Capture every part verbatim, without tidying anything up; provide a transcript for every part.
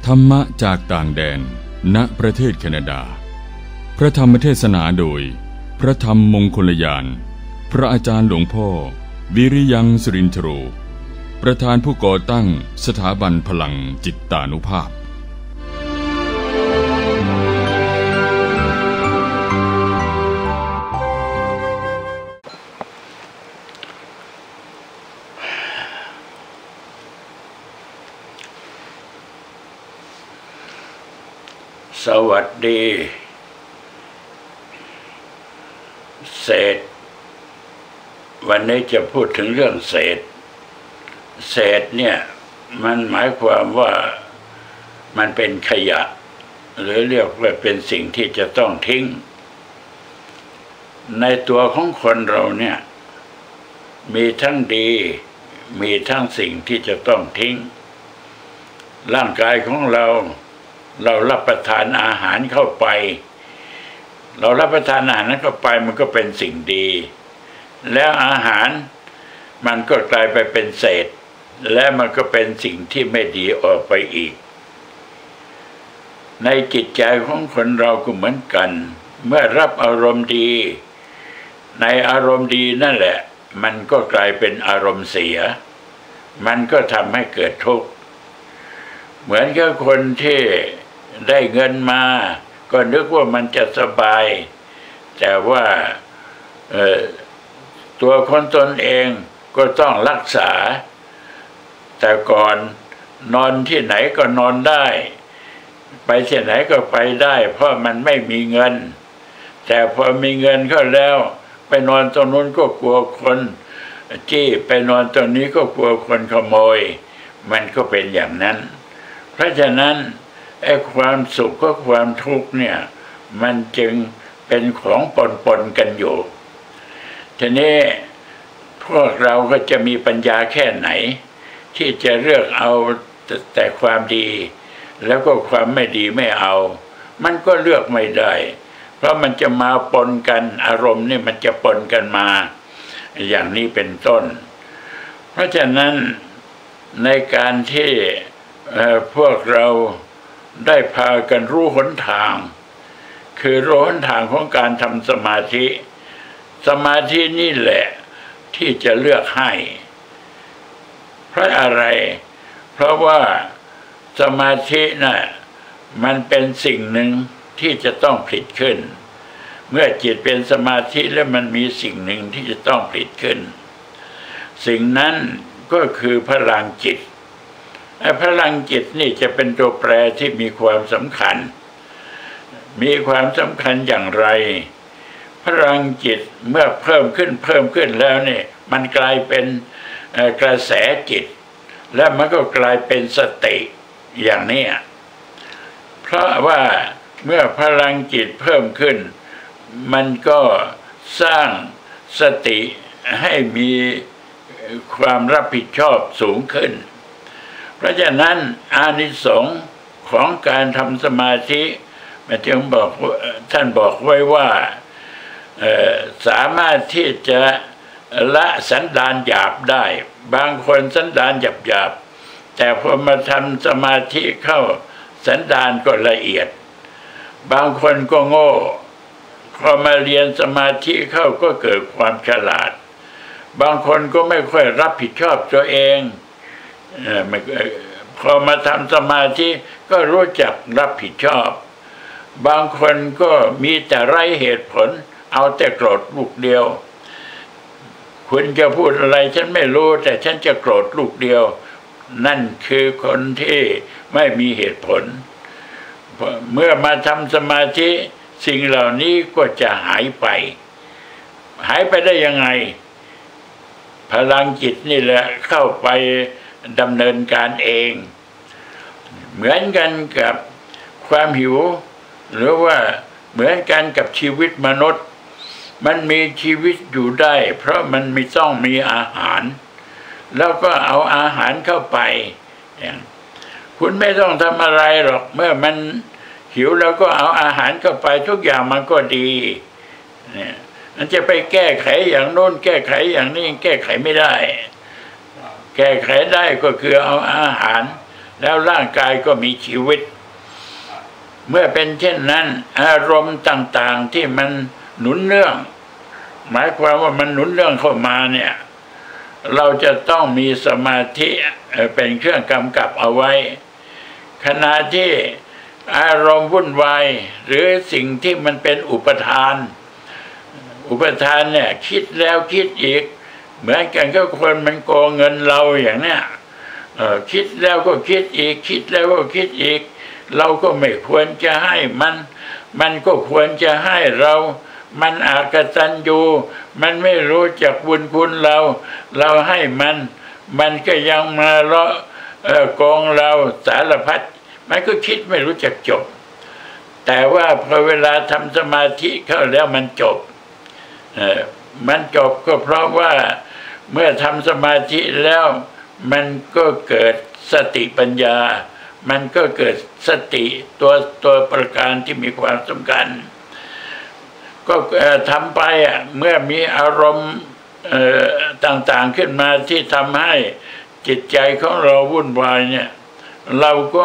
รรมะจากต่างแดนณประเทศแคนาดาพระธรรมเทศนาโดยพระธรรมมงคลยานพระอาจารย์หลวงพ่อวิริยังสุรินทโรประธานผู้ก่อตั้งสถาบันพลังจิตตานุภาพสวัสดีเศษวันนี้จะพูดถึงเรื่องเศษเศษเนี่ยมันหมายความว่ามันเป็นขยะหรือเรียกว่าเป็นสิ่งที่จะต้องทิ้งในตัวของคนเราเนี่ยมีทั้งดีมีทั้งสิ่งที่จะต้องทิ้งร่างกายของเราเรารับประทานอาหารเข้าไปเรารับประทานอาหารนั้นเข้าไปมันก็เป็นสิ่งดีแล้วอาหารมันก็กลายไปเป็นเศษและมันก็เป็นสิ่งที่ไม่ดีออกไปอีกในจิตใจของคนเราก็เหมือนกันเมื่อรับอารมณ์ดีในอารมณ์ดีนั่นแหละมันก็กลายเป็นอารมณ์เสียมันก็ทำให้เกิดทุกข์เหมือนกับคนที่ได้เงินมาก็นึกว่ามันจะสบายแต่ว่าเอ่อตัวคนตนเองก็ต้องรักษาแต่ก่อนนอนที่ไหนก็นอนได้ไปที่ไหนก็ไปได้เพราะมันไม่มีเงินแต่พอมีเงินเข้าแล้วไปนอนตรงนู้นก็กลัวคนจี้ไปนอนตรงนี้ก็กลัวคนขโมยมันก็เป็นอย่างนั้นเพราะฉะนั้นไอ้ความสุขกับความทุกข์เนี่ยมันจึงเป็นของปนๆกันอยู่ทีนี้พวกเราก็จะมีปัญญาแค่ไหนที่จะเลือกเอาแต่ความดีแล้วก็ความไม่ดีไม่เอามันก็เลือกไม่ได้เพราะมันจะมาปนกันอารมณ์นี่มันจะปนกันมาอย่างนี้เป็นต้นเพราะฉะนั้นในการที่พวกเราได้พากันรู้หนทางคือรู้หนทางของการทำสมาธิสมาธินี่แหละที่จะเลือกให้เพราะอะไรเพราะว่าสมาธิน่ะมันเป็นสิ่งหนึ่งที่จะต้องผลิตขึ้นเมื่อจิตเป็นสมาธิแล้วมันมีสิ่งหนึ่งที่จะต้องผลิตขึ้นสิ่งนั้นก็คือพลังจิตพลังจิตนี่จะเป็นตัวแปรที่มีความสำคัญมีความสำคัญอย่างไรพลังจิตเมื่อเพิ่มขึ้นเพิ่มขึ้นแล้วนี่มันกลายเป็นกระแสจิตและมันก็กลายเป็นสติอย่างนี้เพราะว่าเมื่อพลังจิตเพิ่มขึ้นมันก็สร้างสติให้มีความรับผิดชอบสูงขึ้นเพราะฉะนั้นอานิสงส์ของการทำสมาธิมันจึงบอกท่านบอกไว้ว่าสามารถที่จะละสันดานหยาบได้บางคนสันดานหยาบหยาบแต่พอมาทำสมาธิเข้าสันดานก็ละเอียดบางคนก็โง่พอมาเรียนสมาธิเข้าก็เกิดความฉลาดบางคนก็ไม่ค่อยรับผิดชอบตัวเองพอมาทำสมาธิก็รู้จักรับผิดชอบบางคนก็มีแต่ไร้เหตุผลเอาแต่โกรธลูกเดียวคุณจะพูดอะไรฉันไม่รู้แต่ฉันจะโกรธลูกเดียวนั่นคือคนที่ไม่มีเหตุผลเมื่อมาทำสมาธิสิ่งเหล่านี้ก็จะหายไปหายไปได้ยังไงพลังจิตนี่แหละเข้าไปดำเนินการเองเหมือนกันกับความหิวหรือว่าเหมือนกันกับชีวิตมนุษย์มันมีชีวิตอยู่ได้เพราะมันไม่ต้องมีอาหารแล้วก็เอาอาหารเข้าไปคุณไม่ต้องทำอะไรหรอกเมื่อมันหิวแล้วก็เอาอาหารเข้าไปทุกอย่างมันก็ดีเนี่ยมันจะไปแก้ไขอย่างโน้นแก้ไขอย่างนี้แก้ไขไม่ได้แก้ไขได้ก็คือเอาอาหารแล้วร่างกายก็มีชีวิตเมื่อเป็นเช่นนั้นอารมณ์ต่างๆที่มันหนุนเนื่องหมายความว่ามันหนุนเนื่องเข้ามาเนี่ยเราจะต้องมีสมาธิเป็นเครื่องกำกับเอาไว้ขณะที่อารมณ์วุ่นวายหรือสิ่งที่มันเป็นอุปทานอุปทานเนี่ยคิดแล้วคิดอีกเหมือนกันก็คนมันโกงเงินเราอย่างเนี้ยคิดแล้วก็คิดอีกคิดแล้วก็คิดอีกเราก็ไม่ควรจะให้มันมันก็ควรจะให้เรามันอากตัญญูมันไม่รู้จักบุญคุณเราเราให้มันมันก็ยังมาเลาะโกงเราสารพัดมันก็คิดไม่รู้จักจบแต่ว่าพอเวลาทำสมาธิเข้าแล้วมันจบมันจบก็เพราะว่าเมื่อทำสมาธิแล้วมันก็เกิดสติปัญญามันก็เกิดสติตัวตัวประการที่มีความสำคัญก็ทำไปอ่ะเมื่อมีอารมณ์ต่างๆขึ้นมาที่ทำให้จิตใจของเราวุ่นวายเนี่ยเราก็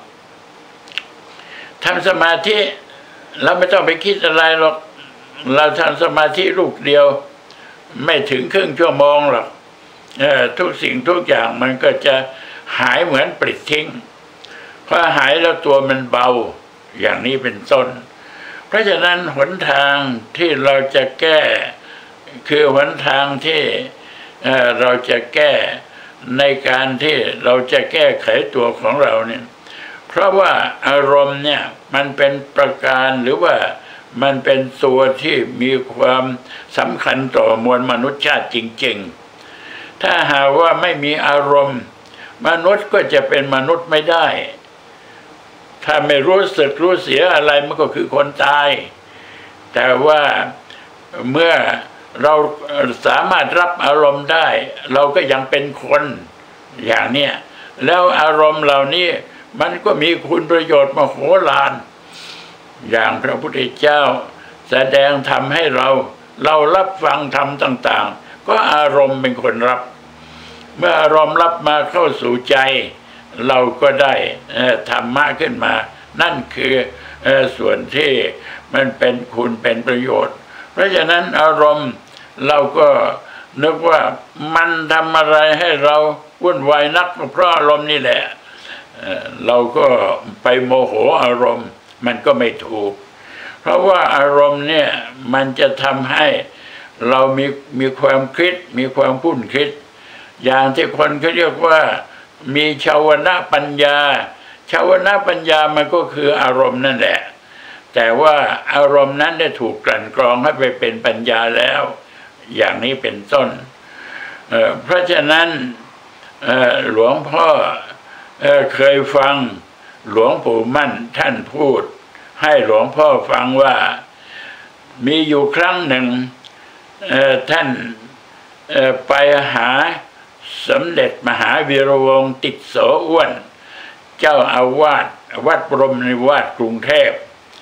ทำสมาธิเราไม่ต้องไปคิดอะไรหรอกเราทำสมาธิลูกเดียวไม่ถึงครึ่งชั่วโมงหรอกทุกสิ่งทุกอย่างมันก็จะหายเหมือนปลิดทิ้งพอหายแล้วตัวมันเบาอย่างนี้เป็นต้นเพราะฉะนั้นหนทางที่เราจะแก้คือหนทางที่เราจะแก้ในการที่เราจะแก้ไขตัวของเราเนี่ยเพราะว่าอารมณ์เนี่ยมันเป็นประการหรือว่ามันเป็นตัวที่มีความสำคัญต่อมวลมนุษยชาติจริงๆถ้าหากว่าไม่มีอารมณ์มนุษย์ก็จะเป็นมนุษย์ไม่ได้ถ้าไม่รู้สึกรู้เสียอะไรมันก็คือคนตายแต่ว่าเมื่อเราสามารถรับอารมณ์ได้เราก็ยังเป็นคนอย่างเนี้ยแล้วอารมณ์เหล่านี้มันก็มีคุณประโยชน์มโหฬารอย่างพระพุทธเจ้าแสดงธรรมให้เราเรารับฟังธรรมต่างๆก็อารมณ์เป็นคนรับเมื่ออารมณ์รับมาเข้าสู่ใจเราก็ได้ธรรมะขึ้นมานั่นคือส่วนที่มันเป็นคุณเป็นประโยชน์เพราะฉะนั้นอารมณ์เราก็นึกว่ามันทำอะไรให้เราวุ่นวายนักเพราะอารมณ์นี่แหละเราก็ไปโมโหอารมณ์มันก็ไม่ถูกเพราะว่าอารมณ์เนี่ยมันจะทำให้เรามีมีความคิดมีความพุ่นคิดอย่างที่คนเขาเรียกว่ามีชาวนะปัญญาชาวนะปัญญามันก็คืออารมณ์นั่นแหละแต่ว่าอารมณ์นั้นได้ถูกกลั่นกรองให้ไปเป็นปัญญาแล้วอย่างนี้เป็นต้น เอ่อ เพราะฉะนั้นหลวงพ่อเอ่อเคยฟังหลวงปู่มั่นท่านพูดให้หลวงพ่อฟังว่ามีอยู่ครั้งหนึ่งท่านไปหาสมเด็จมหาวีระวงศ์ติดโสอ้วนเจ้าอาวาสวัดบรมนิวาสกรุงเทพ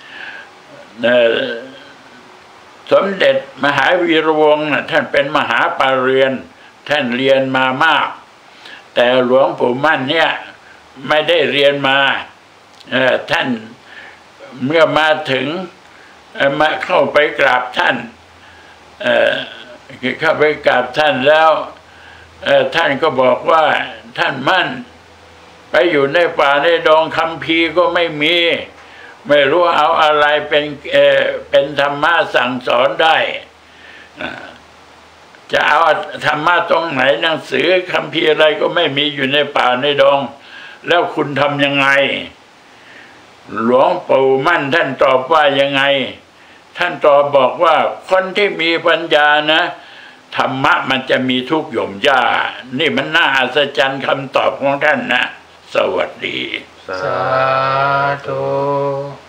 สมเด็จมหาวีระวงศ์ท่านเป็นมหาปรริญญาท่านเรียนมามากแต่หลวงปู่มั่นเนี่ยไม่ได้เรียนมาท่านเมื่อมาถึงมาเข้าไปกราบท่านเข้าไปกราบท่านแล้วท่านก็บอกว่าท่านมั่นไปอยู่ในป่าในดงคัมภีร์ก็ไม่มีไม่รู้เอาอะไรเป็นเอ่อเป็นธรรมะสั่งสอนได้จะเอาธรรมะตรงไหนหนังสือคัมภีร์อะไรก็ไม่มีอยู่ในป่าในดงแล้วคุณทำยังไงหลวงปู่มั่นท่านตอบว่ายังไงท่านตอบบอกว่าคนที่มีปัญญานะธรรมะมันจะมีทุกหย่อมย่านี่มันน่าอัศจรรย์คำตอบของท่านนะสวัสดีสาธุ